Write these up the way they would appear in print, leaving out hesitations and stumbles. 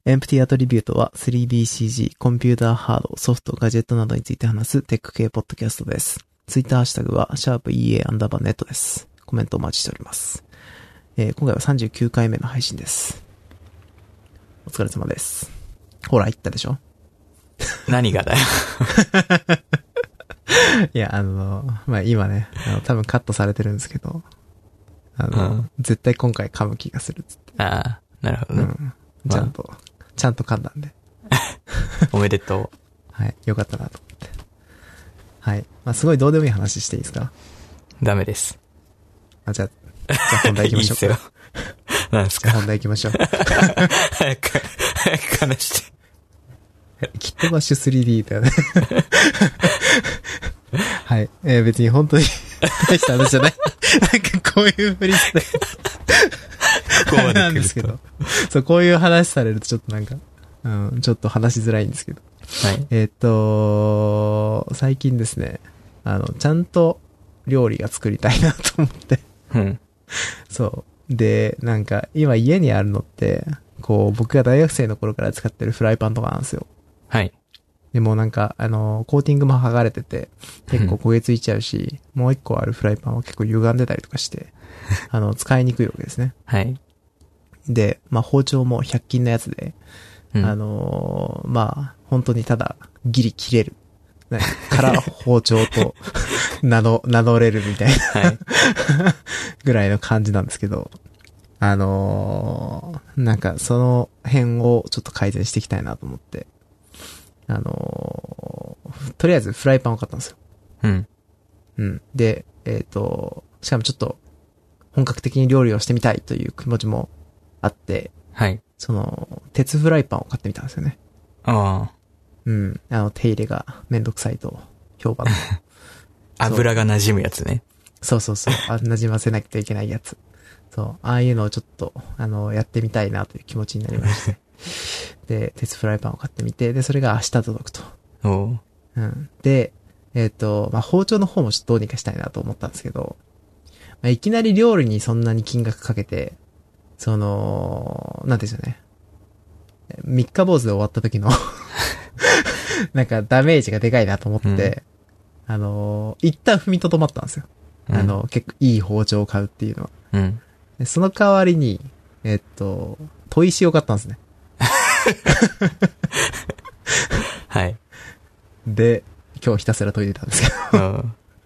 エンプティアトリビュートは 3BCG、コンピューターハード、ソフト、ガジェットなどについて話すテック系ポッドキャストです。ツイッターハッシュタグは、#EA_NET です。コメントお待ちしております。今回は39回目の配信です。お疲れ様です。ほら、言ったでしょ？ 何がだよ。 いや、今ね、多分カットされてるんですけど、絶対今回噛む気がするっつって。 ああ、なるほどね。 ちゃんと噛んだんで。 おめでとう。 はい、よかったなと思って。はい。すごいどうでもいい話していいですか？ ダメです。 じゃあ本題行きましょうか。 いいっすよ。なんですか？ 本題行きましょう。 早く話して。 キットバッシュ 3D だよね。はい。別に本当に大した話じゃない。なんかこういうふりして。 ここまでなんですけど。そう、こういう話されるとちょっとなんか、ちょっと話しづらいんですけど。 はい。 最近ですね、ちゃんと料理が作りたいなと思って。 うん。 そう。で、なんか、今家にあるのって、こう、僕が大学生の頃から使ってるフライパンとかなんですよ。 はい。 でもなんか、コーティングも剥がれてて、結構焦げついちゃうし、もう一個あるフライパンは結構歪んでたりとかして、使いにくいわけですね。 はい。 で、包丁も100均のやつで、 うん、 本当にただ、ギリ切れる。から包丁と名乗れるみたいな、はい、ぐらいの感じなんですけど、なんかその辺をちょっと改善していきたいなと思って、とりあえずフライパンを買ったんですよ。 うん。 うん。で、しかもちょっと本格的に料理をしてみたいという気持ちもあって、 はい。 鉄フライパンを買ってみたんですよね。 ああ。 うん。手入れがめんどくさいと評判の。 油が馴染むやつね。 そう。馴染ませなきゃいけないやつ。そう。ああいうのをちょっと、やってみたいなという気持ちになりまして。で、鉄フライパンを買ってみて、で、それが明日届くと。 おう。 うん。で、包丁の方もちょっとどうにかしたいなと思ったんですけど、いきなり料理にそんなに金額かけて、なんですよね。三日坊主で終わった時のなんかダメージがでかいなと思って、一旦踏みとどまったんですよ。結構いい包丁を買うっていうのは。 うん。 でその代わりに、砥石を買ったんですね。 はい。 で、今日ひたすら研いでたんですけど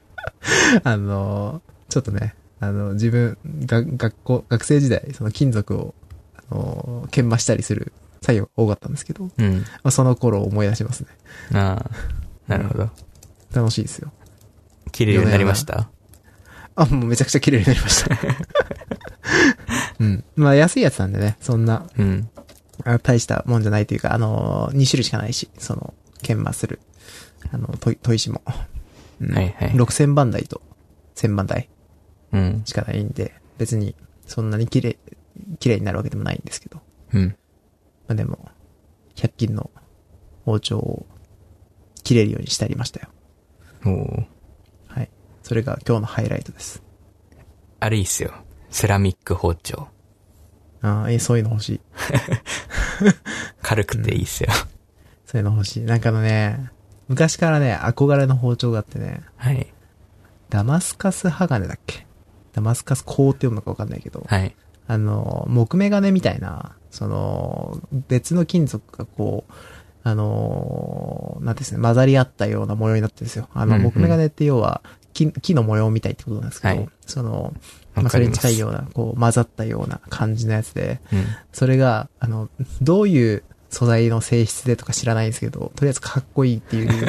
ちょっとね、自分が学生時代、金属を、研磨したりする作業が多かったんですけど、 うん。 その頃を思い出しますね。 ああ、なるほど。 楽しいですよ。 綺麗になりました？ もうめちゃくちゃ綺麗になりました。うん。安いやつなんでね、そんな、 うん。 大したもんじゃないというか、2種類しかないし、研磨する、砥石も。 うん、はいはい。 6000番台と1000番台。 うん。 しかないんで、別に、そんなに綺麗になるわけでもないんですけど。 うん。 でも、100均の包丁を切れるようにしてありましたよ。 おー。 はい。それが今日のハイライトです。 あれいいっすよ。セラミック包丁。 そういうの欲しい。 軽くていいっすよ、 そういうの欲しい。なんか昔からね、憧れの包丁があってね。 はい。 ダマスカス鋼だっけ？ダマスカス鋼って読むのかわかんないけど。 はい。 木目金みたいな、別の金属がこう、なんですね、混ざり合ったような模様になってるんですよ。木目金って要は、木の模様みたいってことなんですけど、はい、それに近いような、こう、混ざったような感じのやつで、それが、どういう素材の性質でとか知らないんですけど、とりあえずかっこいいっていう理由で、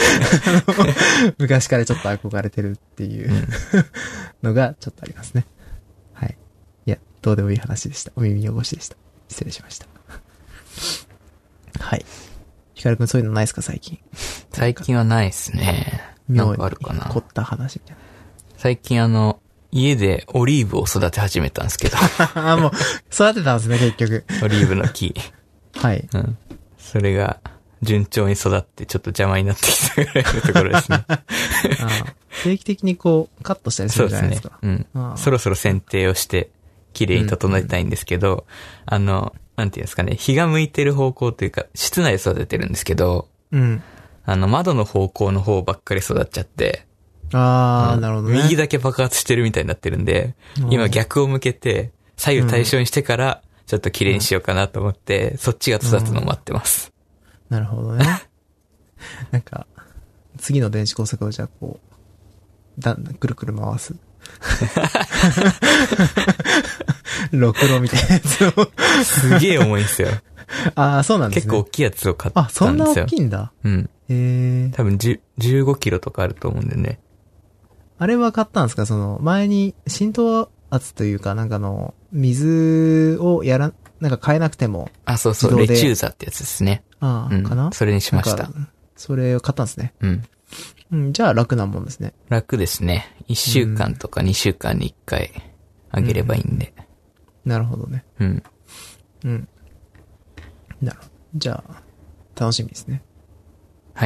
昔からちょっと憧れてるっていうのがちょっとありますね。はい。いや、どうでもいい話でした。お耳汚しでした。失礼しました。はい。ヒカルくんそういうのないですか最近？ 最近はないですね。なんかあるかな。 凝った話みたいな。 最近家でオリーブを育て始めたんですけど。 もう、育てたんですね、結局。 オリーブの木。 はい。 うん。それが、順調に育ってちょっと邪魔になってきたぐらいのところですね。 定期的にこう、カットしたりするじゃないですか。 そうですね。うん。そろそろ剪定をして、綺麗に整えたいんですけど、 なんていうんですかね、日が向いてる方向というか、室内で育ててるんですけど、 うん。 窓の方向の方ばっかり育っちゃって、 なるほどね。 右だけ爆発してるみたいになってるんで、今逆を向けて、左右対称にしてから、ちょっと綺麗にしようかなと思って、そっちが育つのを待ってます。 なるほどね。なんか、次の電子工作をじゃあこう、くるくる回す。ろくろみたいなやつを。 すげえ重いんですよ。 そうなんですね。 結構大きいやつを買ったんですよ。 そんな大きいんだ。 うん。多分15キロとかあると思うんでね。 あれは買ったんですか？前に浸透圧というか、なんか水をなんか変えなくても。 そうそう、レチューザってやつですね。 かな？ それにしました。 それを買ったんですね。じゃあ楽なもんですね。 楽ですね。1週間とか2週間に1回あげればいいんで。 なるほどね。なるほど。じゃあ、楽しみですね。 はい。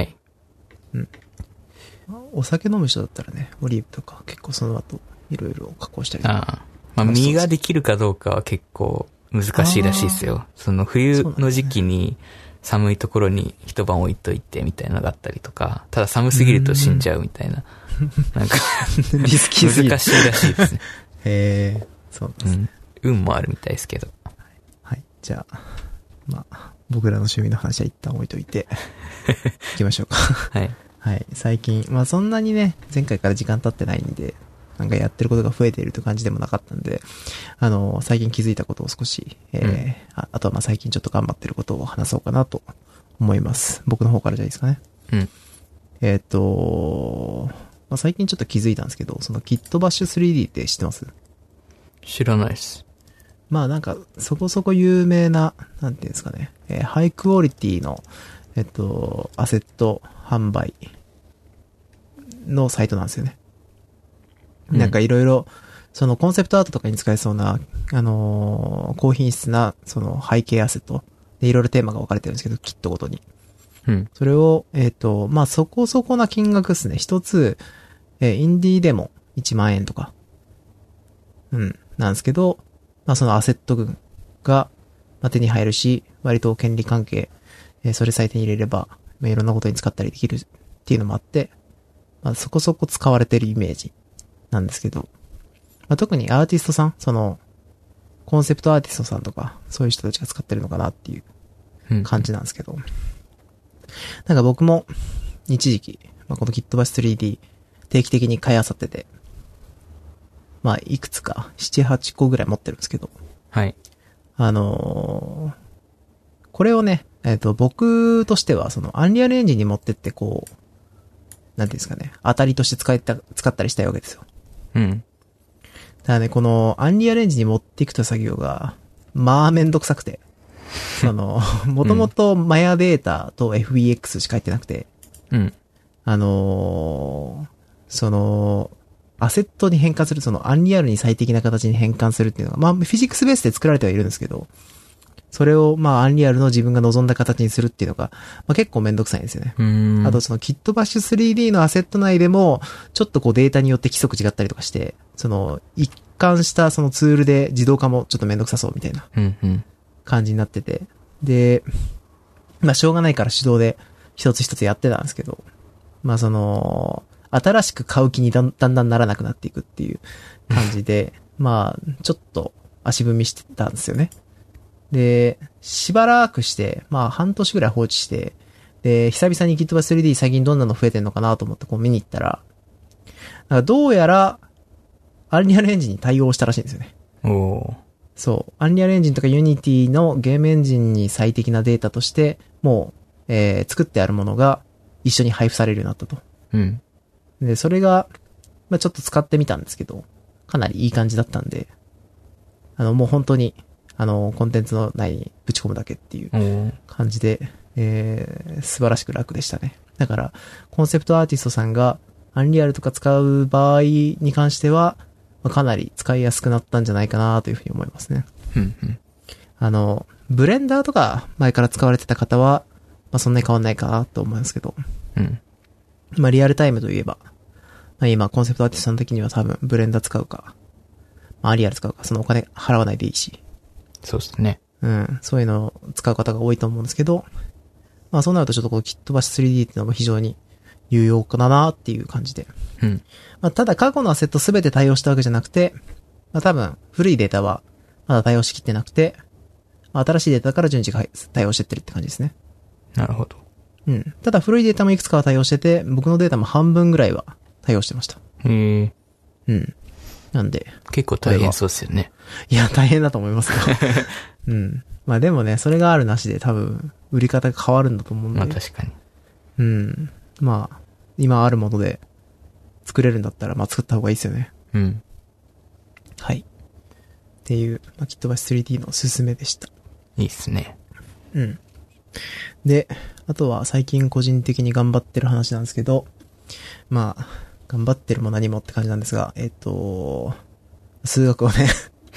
お酒飲む人だったらね、オリーブとか結構その後いろいろ加工したりとか。 実ができるかどうかは結構難しいらしいですよ。冬の時期に寒いところに一晩置いといてみたいなのがあったりとか、ただ寒すぎると死んじゃうみたいな。なんかリスキーすぎる。 難しいらしいですね。 へえ、そうですね。 運もあるみたいですけど。 はい。じゃあ、僕らの趣味の話は一旦置いといて、行きましょうか。 はい。 はい。最近、そんなにね、前回から時間経ってないんで、なんかやってることが増えているという感じでもなかったんで、最近気づいたことを少し、あとは最近ちょっと頑張ってることを話そうかなと思います。僕の方からじゃいいですかね。最近ちょっと気づいたんですけど、キットバッシュ 3D って知ってます？ 知らないです。 なんか、そこそこ有名な、なんていうんですかね、ハイクオリティの、アセット販売のサイトなんですよね。なんかいろいろ、コンセプトアートとかに使えそうな、高品質な、背景アセットでいろいろテーマが分かれてるんですけど、キットごとに。それを、そこそこな金額ですね。一つ、インディーでも1万円とか。なんですけど、そのアセット群が、手に入るし、割と権利関係、それさえ手に入れれば、いろんなことに使ったりできるっていうのもあって、そこそこ使われてるイメージなんですけど、特にアーティストさん、コンセプトアーティストさんとか、そういう人たちが使ってるのかなっていう感じなんですけど、なんか僕も一時期、このキットバッシュ 3D 定期的に買い漁ってて、いくつか、7、8個ぐらい持ってるんですけど。 はい。 これをね、僕としては、アンリアルエンジンに持ってってなんていうんですかね、当たりとして使ったりしたいわけですよ。ただね、この、アンリアルエンジンに持っていくという作業が、めんどくさくて。もともとマヤデータと FBX しか入ってなくて。アセットに変換する、アンリアルに最適な形に変換するっていうのが、フィジックスベースで作られてはいるんですけど、それを、アンリアルの自分が望んだ形にするっていうのが、結構めんどくさいんですよね。あと、キットバッシュ 3D のアセット内でも、ちょっとデータによって規則違ったりとかして、一貫したツールで自動化もちょっとめんどくさそうみたいな感じになってて。で、しょうがないから手動で一つ一つやってたんですけど、新しく買う気にだんだんならなくなっていくっていう感じで、ちょっと足踏みしてたんですよね。で、しばらくして、半年ぐらい放置して、で、久々に Git 3D 最近どんなの増えてんのかなと思って見に行ったら、なんかどうやら、アンリアルエンジンに対応したらしいんですよね。そう。アンリアルエンジンとか Unity のゲームエンジンに最適なデータとして、もう、作ってあるものが一緒に配布されるようになったと。で、それが、ちょっと使ってみたんですけど、かなりいい感じだったんで、もう本当に、コンテンツの内にぶち込むだけっていう感じで、素晴らしく楽でしたね。だから、コンセプトアーティストさんが、アンリアルとか使う場合に関しては、かなり使いやすくなったんじゃないかなというふうに思いますね。ブレンダーとか前から使われてた方は、そんなに変わんないかなと思いますけど、リアルタイムといえば、今コンセプトアーティストの時には多分ブレンダー使うか、アンリアル使うか、そのお金払わないでいいし。 そうですね。 うん。そういうのを使う方が多いと思うんですけど、まあそうなるとちょっとこうキットバシ 3D っていうのも非常に有用かなっていう感じで。 うん。 まあただ過去のアセットすべて対応したわけじゃなくて、まあ多分古いデータはまだ対応しきってなくて、まあ、新しいデータから順次対応してってるって感じですね。 なるほど。 うん。ただ古いデータもいくつかは対応してて、僕のデータも半分ぐらいは対応してました。 へえ。 うん。なんで。 結構大変そうですよね。 いや、大変だと思いますよ。うん。まあでもね、それがあるなしで多分、売り方が変わるんだと思うんで。 まあ確かに。 うん。まあ、今あるもので作れるんだったら、まあ作った方がいいですよね。 うん。 はい。っていう、まあ、キットバシ 3D のおすすめでした。 いいっすね。 うん。で、あとは最近個人的に頑張ってる話なんですけど、まあ、頑張ってるも何もって感じなんですが、数学をね、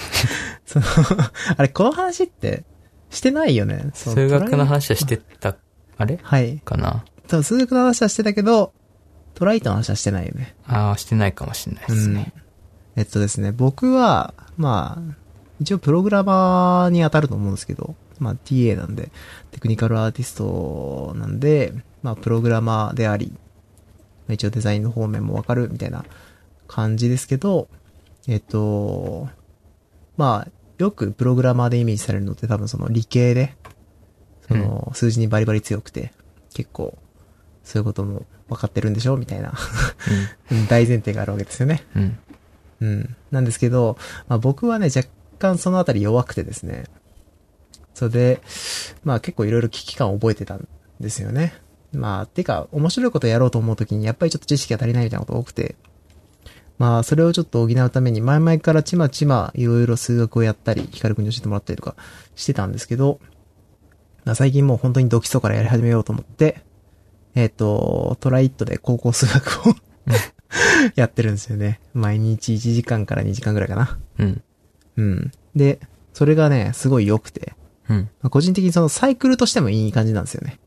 あれ、この話ってしてないよね。 数学の話はしてた、あれはい。 かな。 多分数学の話はしてたけど、トライトの話はしてないよね。 ああ、してないかもしれないですね。 ですね、僕は、まあ、一応プログラマーに当たると思うんですけど、まあ TA なんで、テクニカルアーティストなんで、まあプログラマーであり、一応デザインの方面もわかるみたいな感じですけど、まあ、よくプログラマーでイメージされるのって多分その理系で、その数字にバリバリ強くて、結構、そういうことも分かってるんでしょみたいな、大前提があるわけですよね。 うん。 うん。なんですけど、まあ僕はね、若干そのあたり弱くてですね。それで、まあ結構いろいろ危機感を覚えてたんですよね。まあ、てか、面白いことやろうと思うときに、やっぱりちょっと知識が足りないみたいなことが多くて、まあ、それをちょっと補うために、前々からちまちまいろいろ数学をやったり、ヒカル君に教えてもらったりとかしてたんですけど、まあ、最近もう本当にド基礎からやり始めようと思って、トライットで高校数学をやってるんですよね。毎日1時間から2時間ぐらいかな。 うん。 うん。で、それがね、すごい良くて、 うん。 まあ、個人的にそのサイクルとしてもいい感じなんですよね。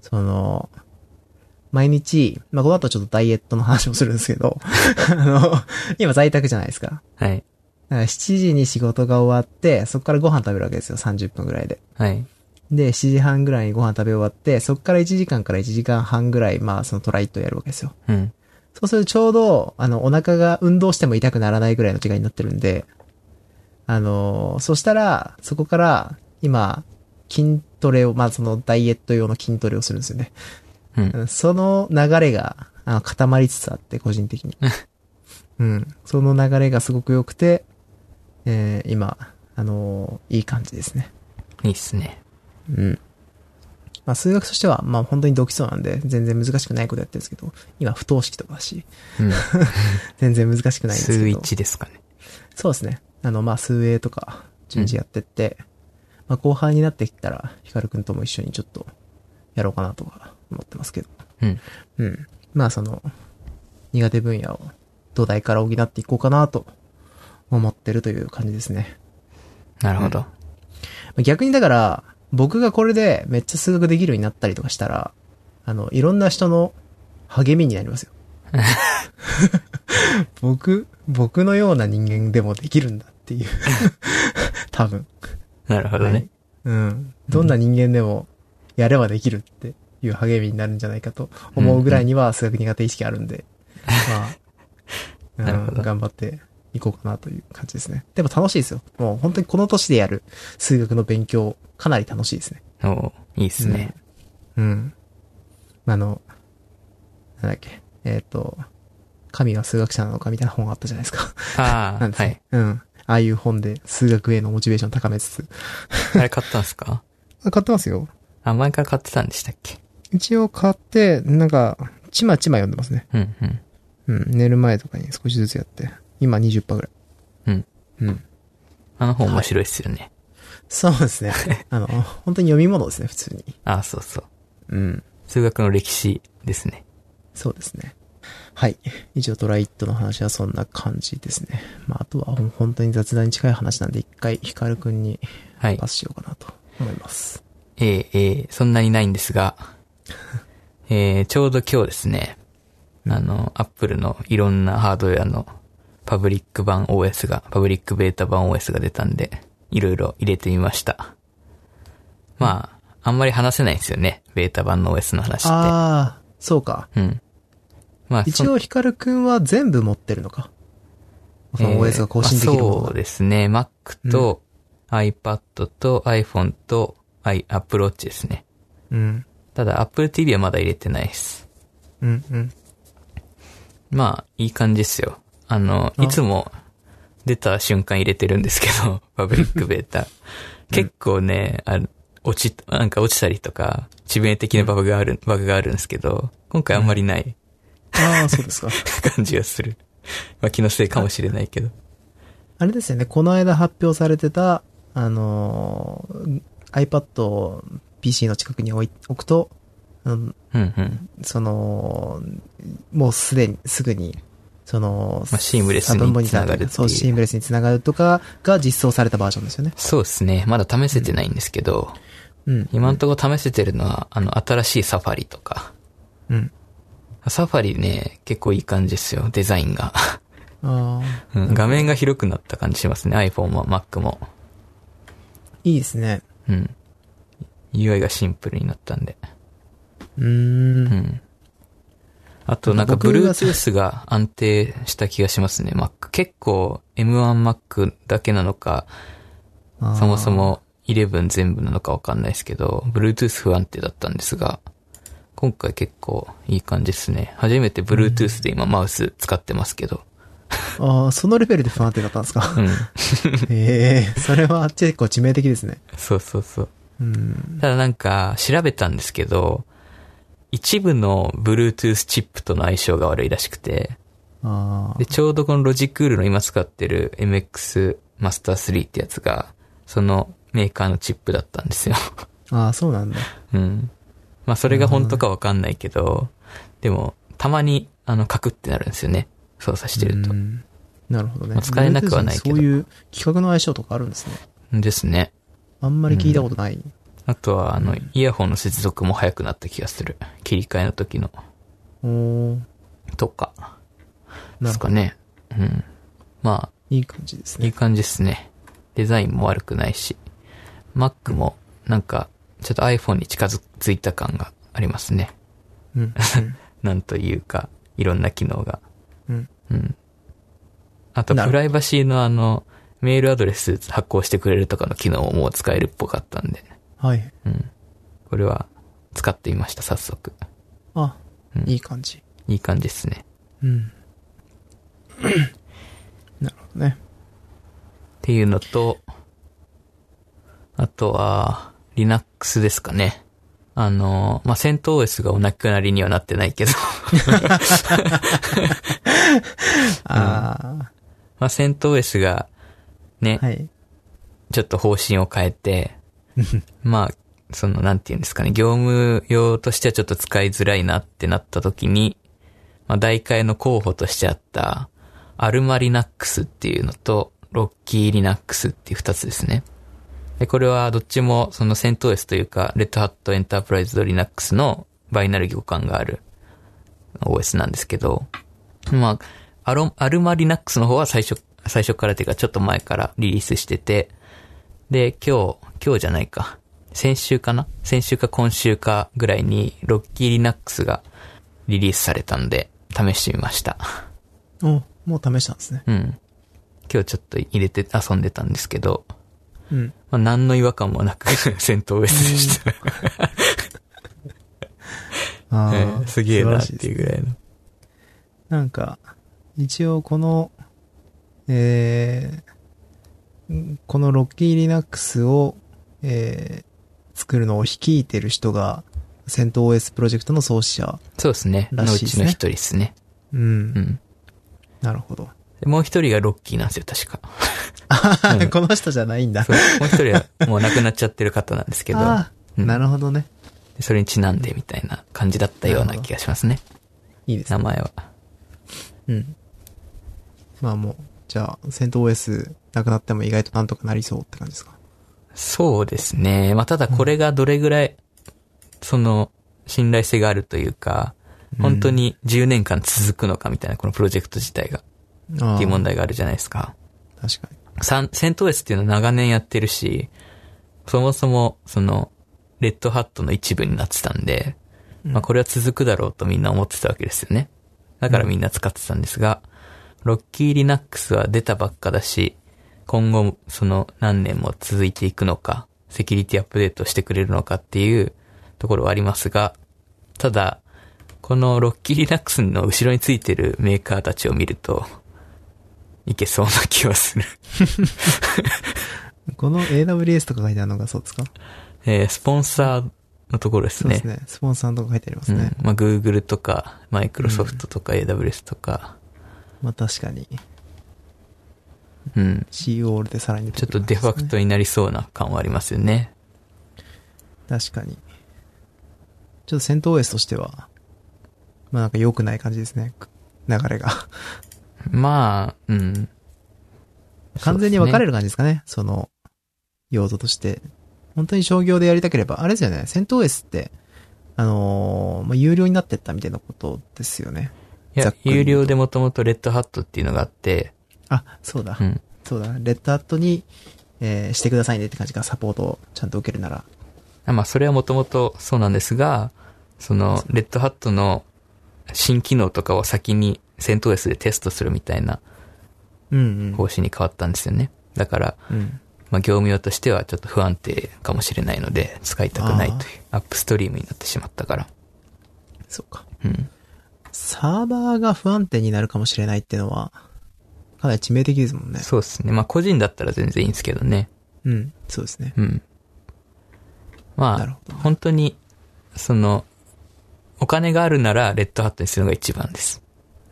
毎日、まあ、この後ちょっとダイエットの話もするんですけど、今在宅じゃないですか。 はい。 だから7時に仕事が終わって、そこからご飯食べるわけですよ、30分ぐらいで。 はい。 で、7時半ぐらいにご飯食べ終わって、そこから1時間から1時間半ぐらい、まあ、そのトライットをやるわけですよ。 うん。 そうするとちょうど、お腹が運動しても痛くならないぐらいの時間になってるんで、そしたら、そこから、今、筋トレを、まあ、そのダイエット用の筋トレをするんですよね。 うん。 その流れが、固まりつつあって、個人的に。うん。その流れがすごく良くて、今、いい感じですね。 いいっすね。 うん。まあ、数学としては、まあ、本当にド基礎なんで、全然難しくないことやってるんですけど、今、不等式とかだし、 うん。 全然難しくないんですけど。 数1ですかね。 そうですね。まあ、数 A とか、順次やってって、まあ、後半になってきたら、ヒカルくんとも一緒にちょっと、やろうかなとか、思ってますけど。 うん。 うん。まあ、苦手分野を土台から補っていこうかなと思ってるという感じですね。 なるほど。 逆にだから、僕がこれでめっちゃ数学できるようになったりとかしたら、いろんな人の励みになりますよ。僕のような人間でもできるんだっていう。多分。 なるほどね、はい。 うん。どんな人間でもやればできるっていう励みになるんじゃないかと思うぐらいには数学苦手意識あるんで、まあ、頑張っていこうかなという感じですね。でも楽しいですよ。もう本当にこの年でやる数学の勉強、かなり楽しいですね。 おいいっすね。 うん。なんだっけ。神は数学者なのかみたいな本があったじゃないですか。 ああ、 なんですね、はい。うん。ああいう本で数学へのモチベーション高めつつ。 あれ買ったんすか？ 買ってますよ。 あ、前から買ってたんでしたっけ？ 一応買って、なんか、ちまちま読んでますね。 うんうん。 うん、寝る前とかに少しずつやって。今 20% ぐらい。 うん。 うん。 あの本面白いっすよね。 はい、そうですね。本当に読み物ですね、普通に。 あ、そうそう。 うん。 数学の歴史ですね。 そうですね。はい。以上トライットの話はそんな感じですね。まあ、あとは本当に雑談に近い話なんで一回ヒカルくんにパスしようかなと思います。 はい、そんなにないんですが、ちょうど今日ですね、アップルのいろんなハードウェアのパブリックベータ版 OS が出たんで、いろいろ入れてみました。 まあ、あんまり話せないんですよね。ベータ版の OS の話って。 ああ、そうか。 うん。まあ、 一応ヒカルくんは全部持ってるのか。その OS が更新できるものが、 そうですね。Mac と iPad と iPhone とApple Watch ですね。 うん。 ただ Apple TV はまだ入れてないです。 うんうん。 まあ、いい感じですよ。いつも出た瞬間入れてるんですけど、パブリックベータ。結構ね、なんか落ちたりとか、致命的なバグがあるんですけど、今回あんまりない、 ああ、そうですか。 感じがする。まあ気のせいかもしれないけど。 あれですよね、この間発表されてた、iPad を PC の近くに置くと、 うんうん。 もうすぐに、 まあ、シームレスにつながるっていう。 そう、シームレスにつながるとかが実装されたバージョンですよね。 そうですね。まだ試せてないんですけど、 うん。 今のところ試せてるのは、新しいサファリとか。 うん。 サファリね、結構いい感じですよ、デザインが。うん、画面が広くなった感じしますね、iPhone も Mac も。 いいですね。 うん。UI がシンプルになったんで。 うん。 あとなんか Bluetooth が安定した気がしますね、Mac。結構 M1Mac だけなのか、そもそも11全部なのかわかんないですけど、Bluetooth 不安定だったんですが、今回結構いい感じですね。初めて Bluetooth で今マウス使ってますけど。 ああ、そのレベルで不安定だったんですか。 うん。 それは結構致命的ですね。 そうそうそう。 うん。 ただなんか調べたんですけど、一部の Bluetooth チップとの相性が悪いらしくて、で、ちょうどこのロジクールの今使ってる MX Master 3ってやつが、そのメーカーのチップだったんですよ。 ああ、そうなんだ。 うん。まあそれが本当かわかんないけど、でも、たまに、カクってなるんですよね。操作してると。 なるほどね。 まあ、使えなくはないけど。 そういう規格の相性とかあるんですね。 ですね。 あんまり聞いたことない。 あとは、イヤホンの接続も早くなった気がする。切り替えの時の。とか。ですかね。うん。まあ。 いい感じですね。 いい感じですね。デザインも悪くないし。Mac も、なんか、ちょっと iPhone に近づいた感がありますね。 うん。 なんというか、いろんな機能が。 うん。 うん。あと、プライバシーのメールアドレス発行してくれるとかの機能ももう使えるっぽかったんで。 はい。 うん。これは、使ってみました、早速。 あ、いい感じ。 いい感じですね。 うん。なるほどね。 っていうのと、あとは、Linux ですかね。まあ、セント OS がお亡くなりにはなってないけど。まあ、セント OS が、ね、はい、ちょっと方針を変えて、まあ、なんていうんですかね、業務用としてはちょっと使いづらいなってなった時に、まあ、代替の候補としてあった、アルマ Linux っていうのと、ロッキー Linux っていう二つですね。で、これはどっちもそのセント OS というか、レッドハットエンタープライズLinux のバイナル互換がある OS なんですけど、まあ、アルマ Linux の方は最初からというかちょっと前からリリースしてて、で、今日じゃないか。先週か今週かぐらいにロッキー Linux がリリースされたんで、試してみました。 もう試したんですね。 うん。今日ちょっと入れて遊んでたんですけど、 うん。 まあ、何の違和感もなくセント OS でした。すげえなっていうぐらいの。 なんか、一応このロッキー Linux を、作るのを率いてる人が、セント OS プロジェクトの創始者、 そうですね。のうちの一人ですね。 うん。なるほど。 もう一人がロッキーなんですよ、確か。 この人じゃないんだ。 もう一人はもう亡くなっちゃってる方なんですけど。 なるほどね。 それにちなんでみたいな感じだったような気がしますね。 いいですね。 名前は。 うん。まあもう、じゃあ、セント OS なくなっても意外となんとかなりそうって感じですか？ そうですね。まあただこれがどれぐらい、信頼性があるというか、本当に10年間続くのかみたいな、このプロジェクト自体が。っていう問題があるじゃないですか。 確かに。 セント OS っていうのは長年やってるし、そもそも、 レッドハットの一部になってたんで、まあこれは続くだろうとみんな思ってたわけですよね。だからみんな使ってたんですが、ロッキーリナックスは出たばっかだし、今後その何年も続いていくのか、セキュリティアップデートしてくれるのかっていうところはありますが、ただ、このロッキーリナックスの後ろについてるメーカーたちを見ると、いけそうな気はする。 この AWS とか書いてあるのがそうですか？ スポンサーのところですね。 そうですね。スポンサーのとこ書いてありますね。 まあ Google とか、Microsoft とか AWS とか。 まあ確かに。COL でさらに、 ちょっとデファクトになりそうな感はありますよね。 確かに。ちょっとセント OS としては、まあなんか良くない感じですね。流れが。 まあ、 完全に分かれる感じですかね。その、用途として。本当に商業でやりたければ、あれですよね。セント OS って、まあ、有料になってったみたいなことですよね。 いや、有料でもともとレッドハットっていうのがあって、 あ、そうだ。そうだ。レッドハットに、してくださいねって感じがサポートをちゃんと受けるなら。 まあ、それはもともとそうなんですが、その、レッドハットの新機能とかを先にセント OS でテストするみたいな方針に変わったんですよね。だから、まあ、業務用としてはちょっと不安定かもしれないので、使いたくないという、アップストリームになってしまったから。 そうか。サーバーが不安定になるかもしれないっていうのは、かなり致命的ですもんね。 そうですね。まあ、個人だったら全然いいんですけどね。 そうですね。 まあ、本当に、その、お金があるならレッドハットにするのが一番です。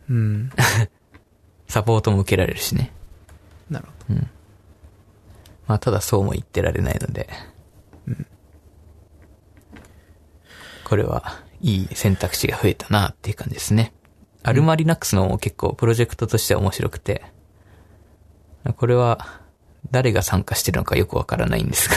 サポートも受けられるしね。 なるほど。 まあ、ただそうも言ってられないので。これはいい選択肢が増えたなっていう感じですね。アルマリナックスのも結構プロジェクトとしては面白くて、これは誰が参加してるのかよくわからないんですが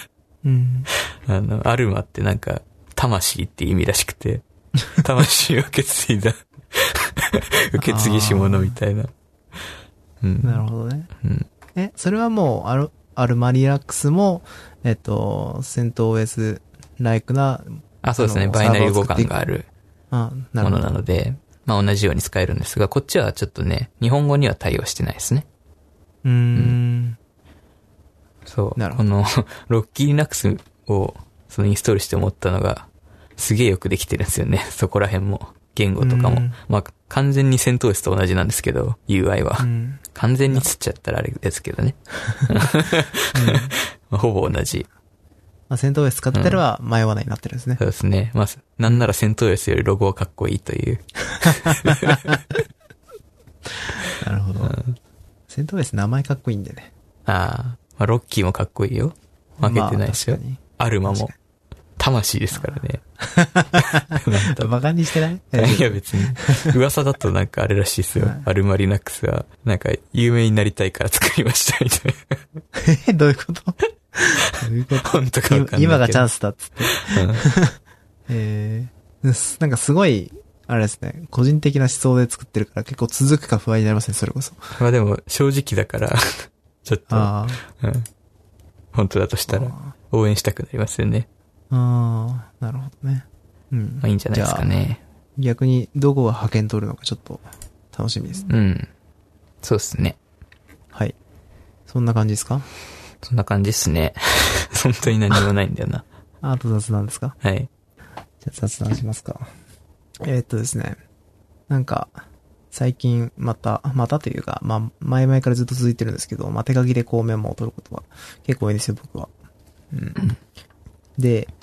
アルマってなんか魂って意味らしくて、魂を受け継いだ受け継ぎし者みたいな。 なるほどね。それはもうアルマリナックスもセント OS ライクな、 そうですね。バイナリー互換があるものなので、まあ同じように使えるんですが、こっちはちょっとね、日本語には対応してないですね。そう。このロッキーリナックスをそのインストールして思ったのが、すげえよくできてるんですよね。そこら辺も。言語とかも。まあ完全にセント OS と同じなんですけど、UI は。完全につっちゃったらあれですけどね。ほぼ同じ。 まあ、セント OS 使ってれば迷わないになってるんですね。 そうですね。まあ、なんならセント OS よりロゴはかっこいいという。 なるほど。セント OS 名前かっこいいんでね。 まあ、ロッキーもかっこいいよ。負けてないですよ。アルマも。魂ですからね。 バカにしてない？ いや別に。噂だとなんかあれらしいですよ。アルマリナックスは、なんか有名になりたいから作りましたみたいな。 どういうこと本当かわかんないけど。 今がチャンスだっつって。なんかすごい、あれですね、個人的な思想で作ってるから結構続くか不安になりますね、それこそ。 まあでも正直だから、ちょっと、本当だとしたら応援したくなりますよね。 なるほどね。 まあいいんじゃないですかね。 逆にどこが派遣取るのかちょっと楽しみですね。 そうですね。 はい。そんな感じですか？ そんな感じですね。本当に何もないんだよな。 あと雑談ですか？ はい。 じゃあ雑談しますか。ですね。なんか、最近またというか、まあ、前々からずっと続いてるんですけど、まあ、手書きでこうメモを取ることが結構多いんですよ、僕は。で、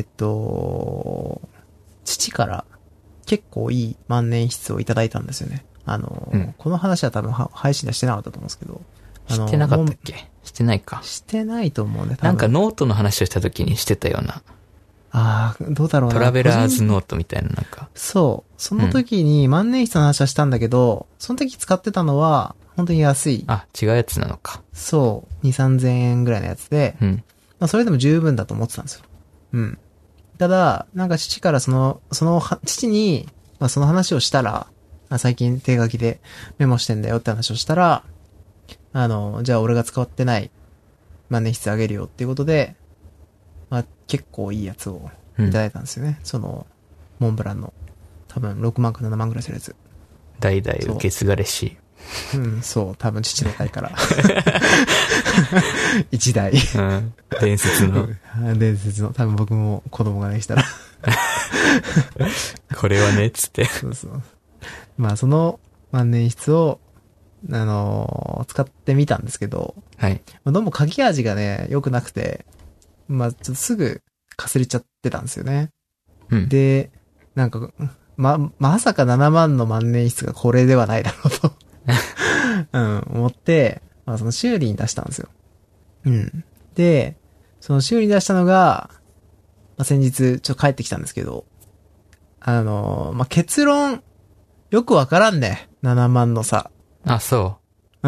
父から結構いい万年筆をいただいたんですよね。この話は多分配信ではしてなかったと思うんですけど。 してなかったっけ？してないか。 してないと思うね。 なんかノートの話をした時にしてたような。 どうだろうな。 トラベラーズノートみたいななんか。 そう。その時に万年筆の話はしたんだけど、その時使ってたのは、本当に安い。 違うやつなのか。 そう。2、3000円ぐらいのやつで、まあそれでも十分だと思ってたんですよ。ただ、なんか父から父に、まあその話をしたら、最近手書きでメモしてんだよって話をしたら、じゃあ俺が使ってない万年筆あげるよっていうことで、 まあ結構いいやつをいただいたんですよね。その、モンブランの、多分6万か7万ぐらいするやつ。 代々受け継がれし。 うん、そう、多分父の代から。一代。 うん。伝説の。 伝説の、多分僕も子供ができたら。 これはね、つって。 そうそう。まあその万年筆を、使ってみたんですけど、 はい。 どうも書き味がね、良くなくて、まあちょっとすぐかすれちゃってたんですよね。 うん。 で、なんか、まさか7万の万年筆がこれではないだろうと。うん、思って、まあその修理に出したんですよ。うん。で、その修理に出したのが、まあ、先日ちょっと帰ってきたんですけど、まあ結論、よくわからんね。7万の差。 あ、そうん。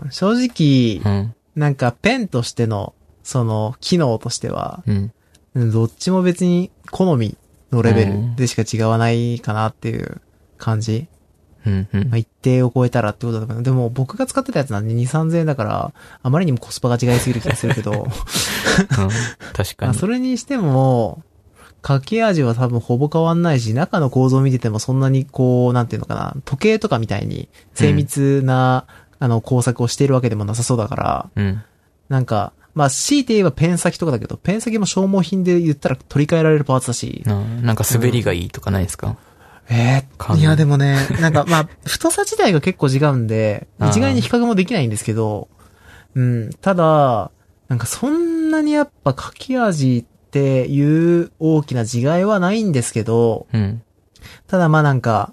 正直、 う。うん。 なんかペンとしての、その、機能としては、 うん。 どっちも別に好みのレベルでしか違わないかなっていう感じ。 うんうん。 まあ、一定を超えたらってことだから、でも僕が使ってたやつなんで2、3000円だから、あまりにもコスパが違いすぎる気がするけど。 うん、確かまあに。 それにしても、書き味は多分ほぼ変わんないし、中の構造を見ててもそんなにこう、なんていうのかな、時計とかみたいに精密な、工作をしているわけでもなさそうだから、 うん。 なんか、まあ強いて言えばペン先とかだけど、ペン先も消耗品で言ったら取り替えられるパーツだし。 なんか滑りがいいとかないですか？ いやでもね、なんかまあ、太さ自体が結構違うんで、一概に比較もできないんですけど、うん、ただ、なんかそんなにやっぱ書き味っていう大きな違いはないんですけど、 うん。 ただまあなんか、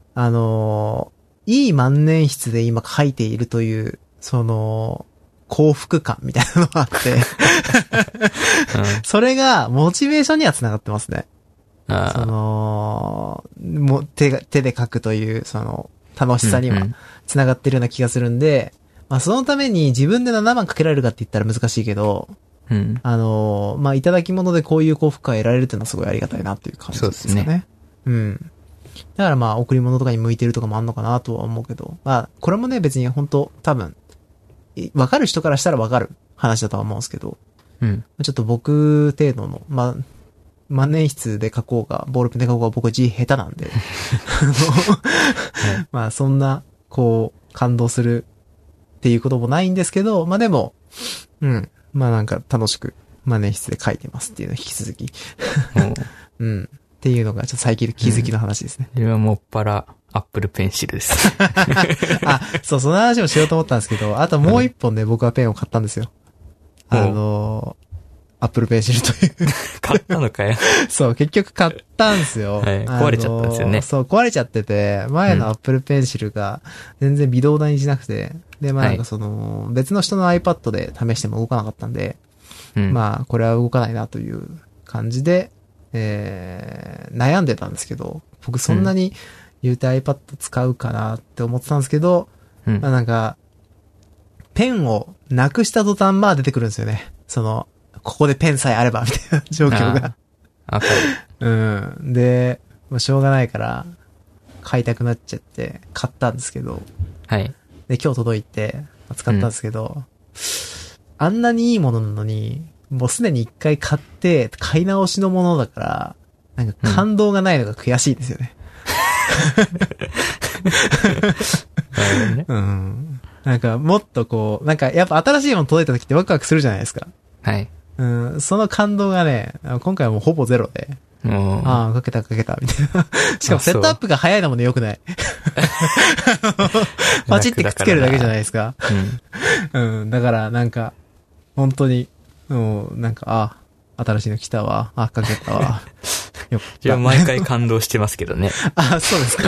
いい万年筆で今書いているという、その、幸福感みたいなのがあって、それがモチベーションにはつながってますね。その、もう手で書くという、その、楽しさにはつながってるような気がするんで、まあそのために自分で7万かけられるかって言ったら難しいけど、 うん。 まあいただき物でこういう幸福感を得られるっていうのはすごいありがたいなっていう感じですかね。そうですね。うん。だからまあ贈り物とかに向いてるとかもあんのかなとは思うけど、まあこれもね別に本当多分、わかる人からしたらわかる話だとは思うんですけど、 うん。 ちょっと僕程度の、まあ、万年筆で書こうが、ボールペンで書こうが僕字下手なんで、まあそんな、こう、感動するっていうこともないんですけど、まあでも、うん。まあなんか楽しく万年筆で書いてますっていうのを引き続き。うん。っていうのがちょっと最近の気づきの話ですね。 自分はもっぱらアップルペンシルです。 あ、そう、その話もしようと思ったんですけど、あともう一本ね、僕はペンを買ったんですよ。アップルペンシルという。 買ったのかよ。 そう、結局買ったんですよ。 はい。壊れちゃったんですよね。 そう、壊れちゃってて、前のアップルペンシルが全然微動だにしなくて、で、まあなんかその、別の人の iPad で試しても動かなかったんで、まあ、これは動かないなという感じで、悩んでたんですけど、僕そんなに言うて iPad 使うかなって思ってたんですけど、まあなんか、ペンをなくした途端まあ出てくるんですよね。その、ここでペンさえあればみたいな状況が。うん。で、もうしょうがないから、買いたくなっちゃって、買ったんですけど。 はい。 で、今日届いて、使ったんですけど、あんなにいいものなのに、もうすでに一回買って、買い直しのものだから、なんか感動がないのが悔しいですよね。うん。なんかもっとこう、なんかやっぱ新しいもの届いた時ってワクワクするじゃないですか。 はい。 うん、その感動がね、今回はもうほぼゼロで。ああ、かけた、みたいな。しかもセットアップが早いのもね、良くない。パチってくっつけるだけじゃないですか。うん、だからなんか、本当に、なんか、新しいの来たわ。かけたわ。 よっいや、毎回感動してますけどね。 そうです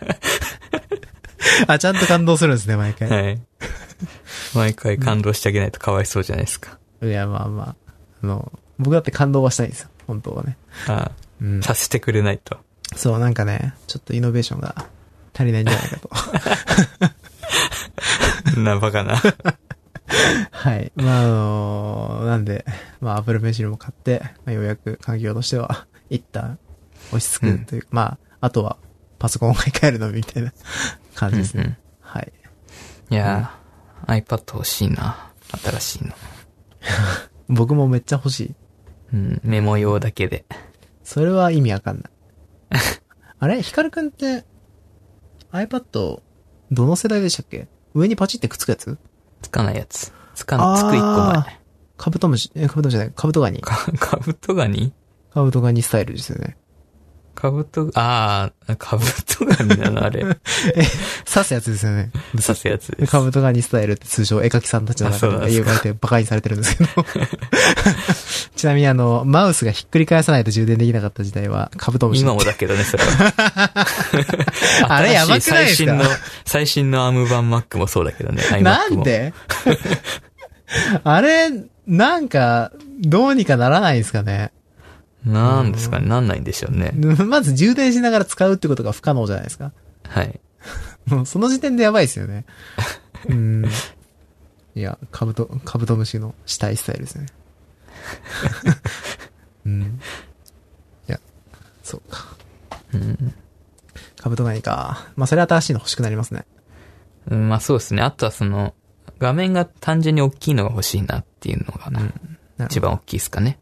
か。ちゃんと感動するんですね、毎回。 はい。毎回感動してあげないとかわいそうじゃないですか。 いや、まあまあ。僕だって感動はしたいんですよ。本当はね。 させてくれないと。 そう、なんかね、ちょっとイノベーションが足りないんじゃないかと。 バカな。 はい。まあ、なんで、まあ、Apple Pencil も買って、ようやく環境としては、一旦落ち着くというか、まあ、あとは、パソコンを買い替えるのみたいな感じですね。はい。 いやー、iPad 欲しいな。新しいの。 僕もめっちゃ欲しい。 うん、メモ用だけで。 それは意味わかんない。あれヒカルくんって、iPad、どの世代でしたっけ？上にパチってくっつくやつ？ つかないやつ。つく一個前。 カブトムシ、カブトムシじゃない、カブトガニ。 カブトガニ？ カブトガニスタイルですよね。 カブトガニなのあれ。 刺すやつですよね。 刺すやつです。 カブトガニスタイルって通称絵描きさんたちの中で言われてバカにされてるんですけど。ちなみにマウスがひっくり返さないと充電できなかった時代はカブトムシ。 今もだけどね、それは。 あれやばくないですか？ 最新のアーム版 Mac もそうだけどね。 なんであれ、なんか、どうにかならないんですかね。 なんですかね、なんないんでしょうね。 まず充電しながら使うってことが不可能じゃないですか。 はい。 もうその時点でやばいですよね。いや、カブトムシの死体スタイルですね。いや、そうか。カブトガニか。まあ、それ新しいの欲しくなりますね。 まあそうですね。あとは画面が単純に大きいのが欲しいなっていうのが、一番大きいですかね。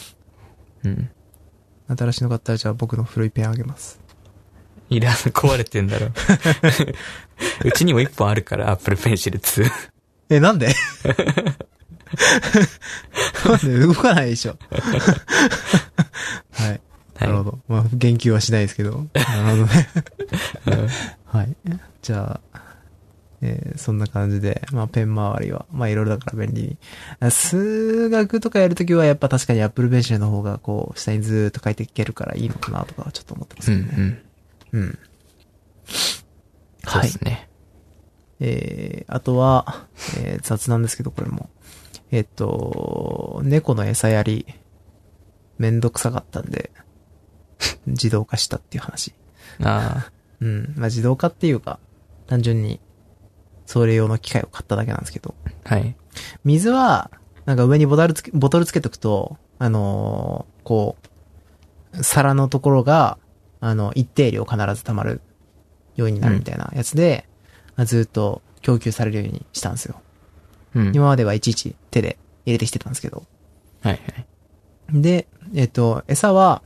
新しいの買ったらじゃあ僕の古いペンあげます。 壊れてんだろ。うちにも一本あるから、Apple Pencil 2。 なんでなんで動かないでしょ。はい。なるほど。まあ、言及はしないですけど。なるほどね。はい。じゃあ、そんな感じで、まあ、ペン周りは、まあ、いろいろだから便利に。数学とかやるときは、やっぱ確かに Apple Pencil の方が、こう、下にずーっと書いていけるからいいのかなとか、ちょっと思ってますけどね。 そうですね。 あとは、雑なんですけど、これも。猫の餌やり、めんどくさかったんで、自動化したっていう話。 まあ、 自動化っていうか、単純に、それ用の機械を買っただけなんですけど。 はい。 水は、なんか上にボトルつけとくと、こう、皿のところが、一定量必ず溜まるようになるみたいなやつで、ずっと供給されるようにしたんですよ。今まではいちいち手で入れてきてたんですけど。 はいはい。 で、餌は、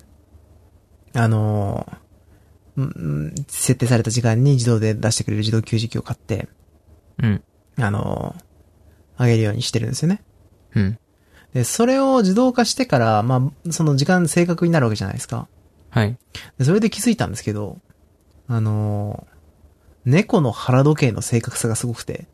設定された時間に自動で出してくれる自動給餌器を買って、あげるようにしてるんですよね。で、それを自動化してから、まあ、その時間正確になるわけじゃないですか。 はい。 で、それで気づいたんですけど、猫の腹時計の正確さがすごくて、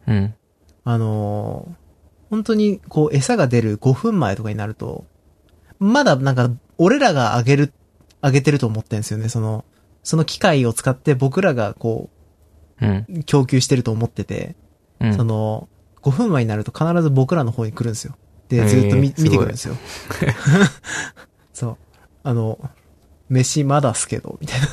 本当に、こう、餌が出る5分前とかになると、まだなんか、俺らがあげてると思ってるんですよね。その機械を使って僕らがこう、供給してると思ってて、5分前になると必ず僕らの方に来るんですよ。で、ずっと見てくるんですよ。そう。飯まだっすけど、みたい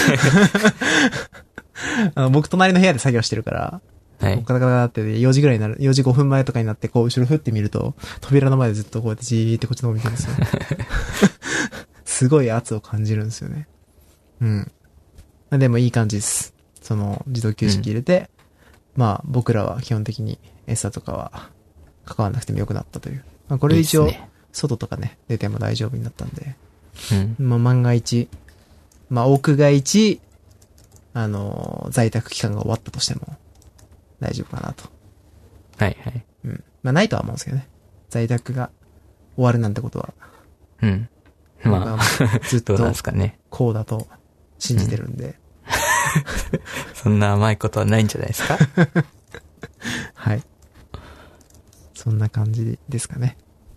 な。僕隣の部屋で作業してるから、 はい。 カタカタって4時ぐらいになる、4時5分前とかになって、こう、後ろ振ってみると、扉の前でずっとこうやってじーってこっちの方見てるんですよ。すごい圧を感じるんですよね。でもいい感じです。自動給餌器入れて、まあ、僕らは基本的に餌とかは関わらなくてもよくなったという。まあ、これで一応、外とかね、出ても大丈夫になったんで、まあ、万が一、まあ、屋外一、在宅期間が終わったとしても、大丈夫かなと。 はいはい。 まあ、ないとは思うんですけどね。在宅が終わるなんてことは。 まあ、 ずっと、 どうなんですかね。 こうだと信じてるんで。 そんな甘いことはないんじゃないですか？ はい。そんな感じですかね。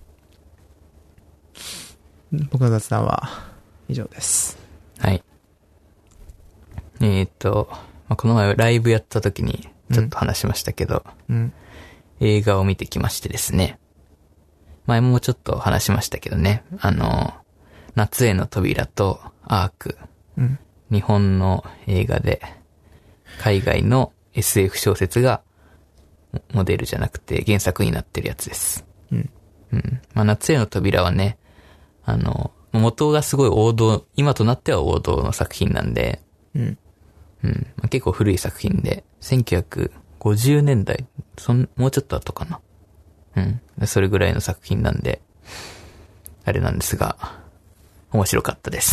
僕の雑談は以上です。 はい。まあ、この前ライブやった時にちょっと話しましたけど、映画を見てきましてですね。前もちょっと話しましたけどね。夏への扉とアーク。日本の映画で、海外の SF 小説がモデルじゃなくて原作になってるやつです。まあ、夏への扉はね、元がすごい王道、今となっては王道の作品なんで、まあ、結構古い作品で、1950年代、もうちょっと後かな。それぐらいの作品なんで、 あれなんですが、面白かったです。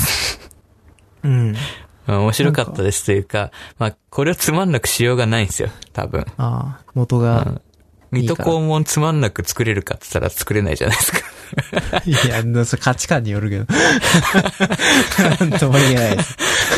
うん。 面白かったですというか、まあ、これをつまんなくしようがないんですよ、多分。 ああ、元が、 水戸黄門つまんなく作れるかって言ったら作れないじゃないですか。 いや、それ価値観によるけど。なんとも言えないです。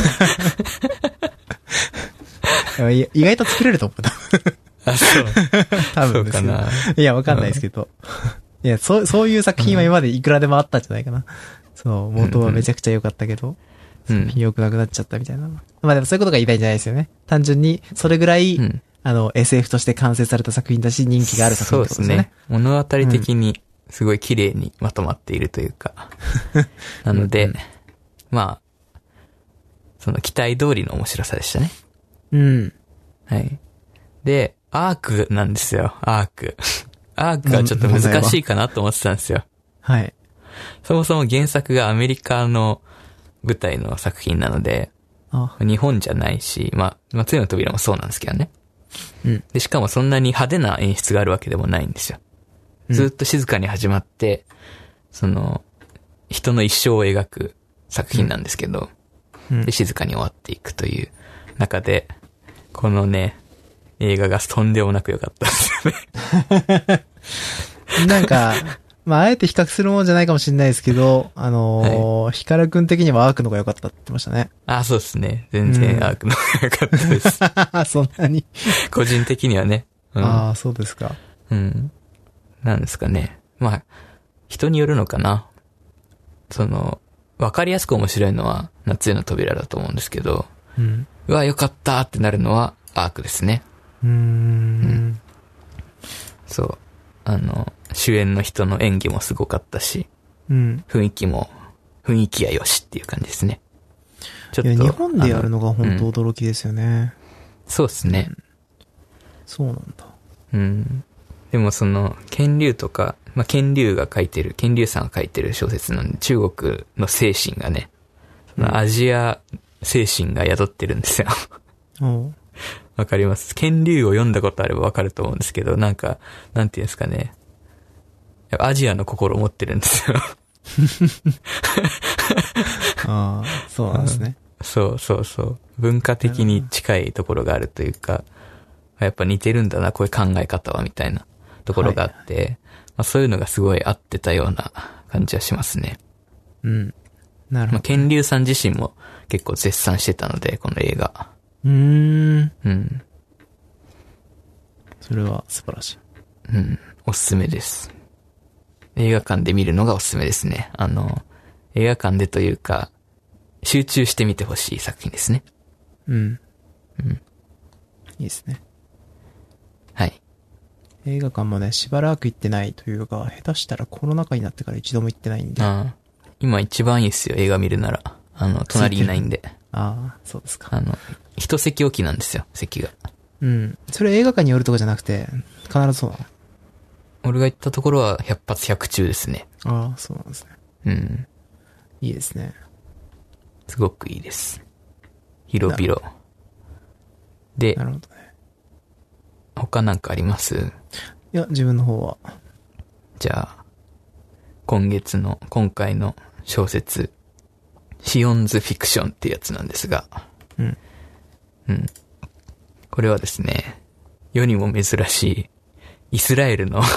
意外と作れると思う。 あ、そう。 多分ですけど。 そうかな。 いや、わかんないですけど。いや、そういう作品は今までいくらでもあったんじゃないかな。そう、元はめちゃくちゃ良かったけど、作品良くなくなっちゃったみたいな。まあでもそういうことが言いたいんじゃないですよね。単純に、それぐらい、SF として完成された作品だし、人気がある作品ってことですね。そうですね。 物語的にすごい綺麗にまとまっているというか。なので、まあ、その期待通りの面白さでしたね。 うん。 はい。で、アークなんですよ、アーク。アークはちょっと難しいかなと思ってたんですよ。 はい。 そもそも原作がアメリカの舞台の作品なので、日本じゃないし、まあ、松江の扉もそうなんですけどね。 うん。 で、しかもそんなに派手な演出があるわけでもないんですよ。ずっと静かに始まって、その、人の一生を描く作品なんですけど、で、静かに終わっていくという中で、このね、映画がとんでもなく良かったですよね。 なんか、まあ、あえて比較するものじゃないかもしれないですけど、ヒカルくん的にはアークの方が良かったって言ってましたね。 あ、そうですね。全然アークの方が良かったです。 そんなに個人的にはね。 ああ、そうですか。 うん。なんですかね。まあ、人によるのかな。その、わかりやすく面白いのは夏への扉だと思うんですけど、うわ、良かったってなるのはアークですね。そう。主演の人の演技もすごかったし、雰囲気やよしっていう感じですね。 ちょっと。日本でやるのが本当驚きですよね。 そうですね。 そうなんだ。 でもその、剣竜とか、まあ、剣竜さんが書いてる小説なんで、中国の精神がね、アジア精神が宿ってるんですよ。わかります。剣竜を読んだことあればわかると思うんですけど、なんか、なんていうんですかね。アジアの心を持ってるんですよ。 ああ、そうなんですね。 そう。文化的に近いところがあるというか、やっぱ似てるんだな、こういう考え方は、みたいなところがあって、まあ、そういうのがすごい合ってたような感じはしますね。 なるほど。 まあ、剣竜さん自身も結構絶賛してたので、この映画。 それは素晴らしい。 おすすめです。映画館で見るのがおすすめですね。映画館でというか、集中して見てほしい作品ですね。 いいですね。 はい。 映画館もね、しばらく行ってないというか、下手したらコロナ禍になってから一度も行ってないんで。 今一番いいっすよ、映画見るなら。隣いないんで。 そうですか。 一席置きなんですよ、席が。 それ映画館によるとかじゃなくて、必ずそうなの？ 俺が行ったところは100発100中ですね。 そうなんですね。いいですね。 すごくいいです。広々。で、 なるほどね。 他なんかあります？ いや、自分の方は。 じゃあ、今回の小説、シオンズフィクションってやつなんですが、これはですね、世にも珍しい、イスラエルの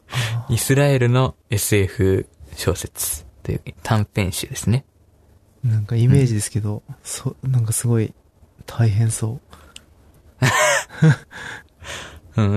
SF 小説という短編集ですね。 なんかイメージですけど、なんかすごい大変そう。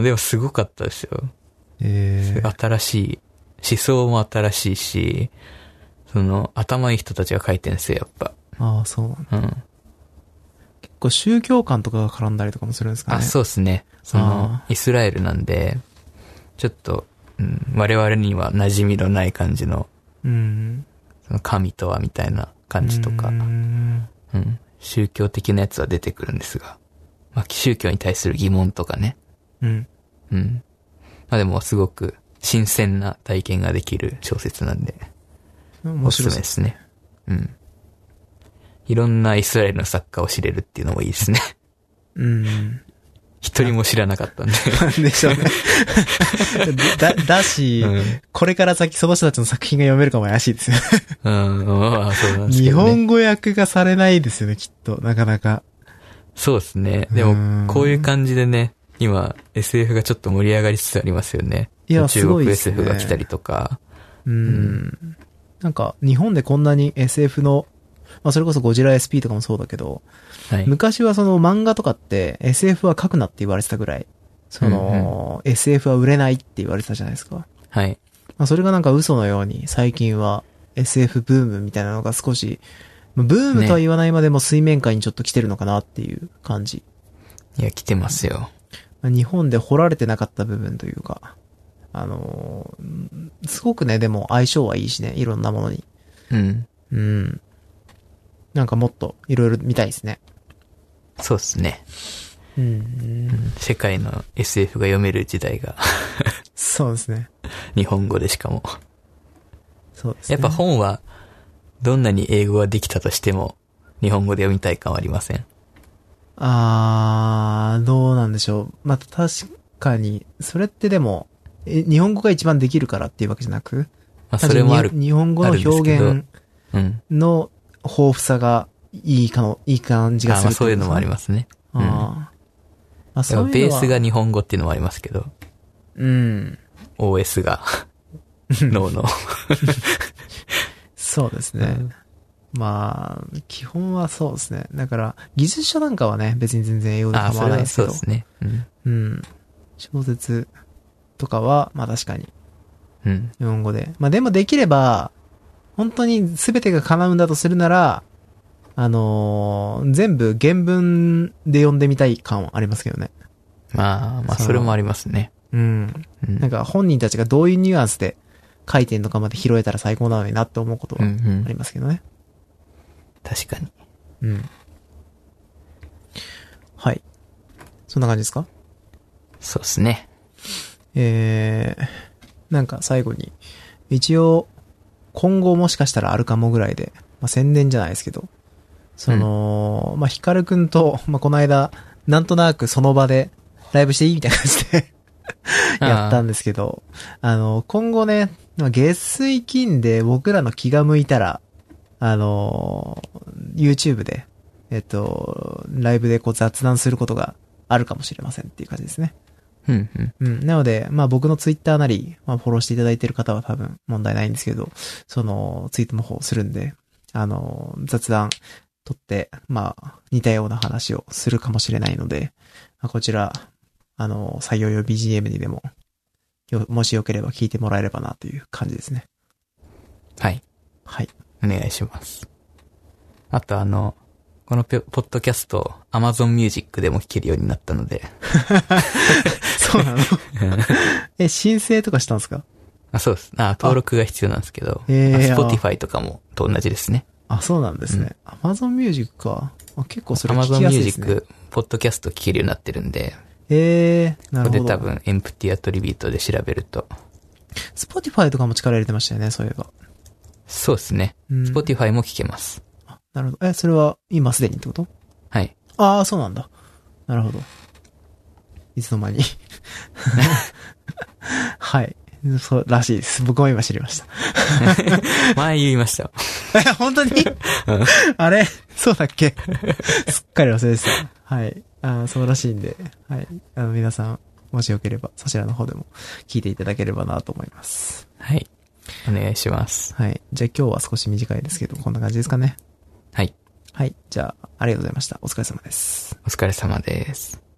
でもすごかったですよ。新しい、思想も新しいし、頭いい人たちが書いてるんですよ、やっぱ。 そうなんだ。結構宗教観とかが絡んだりとかもするんですかね。 そうですね。イスラエルなんで、ちょっと、我々には馴染みのない感じの、その神とはみたいな感じとか、宗教的なやつは出てくるんですが、まあ、宗教に対する疑問とかね。まあでもすごく新鮮な体験ができる小説なんで、おすすめですね。いろんなイスラエルの作家を知れるっていうのもいいですね。 一人も知らなかったんで。 でしょうね。だし、これから先その人たちの作品が読めるかも怪しいですよ。 まあそうなんです日けどね。 本語訳がされないですよね、きっと。なかなか。 そうですね。でも、こういう感じでね、今、SF がちょっと盛り上がりつつありますよね。 いや、 中国すごいですね。 SF が来たりとか。 なんか、日本でこんなに SF の、まあそれこそゴジラ SP とかもそうだけど、 はい。 昔はその漫画とかって SF は書くなって言われてたぐらい、SF は売れないって言われてたじゃないですか。 はい。 まあそれがなんか嘘のように最近は SF ブームみたいなのが少し、ブームとは言わないまでも水面下にちょっと来てるのかなっていう感じ。 いや、来てますよ。 まあ日本で掘られてなかった部分というか、すごくね、でも相性はいいしね、いろんなものに。 うん。 なんかもっといろいろ見たいですね。 そうですね。世界の SF が読める時代が。 そうですね。 日本語でしかも。 そうですね。 やっぱ本は、どんなに英語ができたとしても、日本語で読みたい感はありません。 どうなんでしょう。まあ、確かに、それってでも、日本語が一番できるからっていうわけじゃなく、 まあ、それもある。 日本語の表現の豊富さがいい感じがする。 まあ、そういうのもありますね。 まあ、そういうのはベースが日本語っていうのもありますけど。OS が、脳の。 そうですね。まあ、基本はそうですね。だから、技術書なんかはね、別に全然英語で構わないですけど。 そうですね。 小説とかは、まあ確かに。 日本語で。まあでもできれば、本当に全てが叶うんだとするなら、全部原文で読んでみたい感はありますけどね。 まあ、それもありますね。 なんか本人たちがどういうニュアンスで書いてんのかまで拾えたら最高なのになって思うことはありますけどね。 確かに。 はい。そんな感じですか？ そうですね。 なんか最後に、一応、今後もしかしたらあるかもぐらいで、まあ、宣伝じゃないですけど、まあ、ヒカルくんと、まあ、この間、なんとなくその場でライブしていいみたいな感じでやったんですけど、今後ね、月水金で僕らの気が向いたら、YouTube で、ライブでこう雑談することがあるかもしれませんっていう感じですね。なので、まあ僕のツイッターなり、まあフォローしていただいている方は多分問題ないんですけど、そのツイートの方するんで、雑談とって、まあ似たような話をするかもしれないので、まあ、こちら、採用用 BGM にでも、もしよければ聞いてもらえればなという感じですね。 はい。 はい。 お願いします。あとこのポッドキャスト、Amazon Music でも聴けるようになったので。 そうなの申請とかしたんですか？ そうです。登録が必要なんですけど、Spotify とかもと同じですね。 そうなんですね。Amazon Music か。結構それ聞きやすいですね。 Amazon Music、ポッドキャスト聴けるようになってるんで。 なるほど。 ここで多分、エンプティアトリビュートで調べると。 Spotify とかも力入れてましたよね、そういえば。 そうですね。Spotify も聴けます。 なるほど。それは今すでにってこと？ はい。 そうなんだ。なるほど。いつの間に。はい。そうらしいです。僕も今知りました。 前言いました。 本当にあれそうだっけすっかり忘れてた。はい。そうらしいんで、はい。皆さん、もしよければ、そちらの方でも聞いていただければなと思います。 はい。お願いします。 はい。じゃあ今日は少し短いですけど、こんな感じですかね。 はい。 はい。じゃあ、ありがとうございました。お疲れ様です。 お疲れ様です。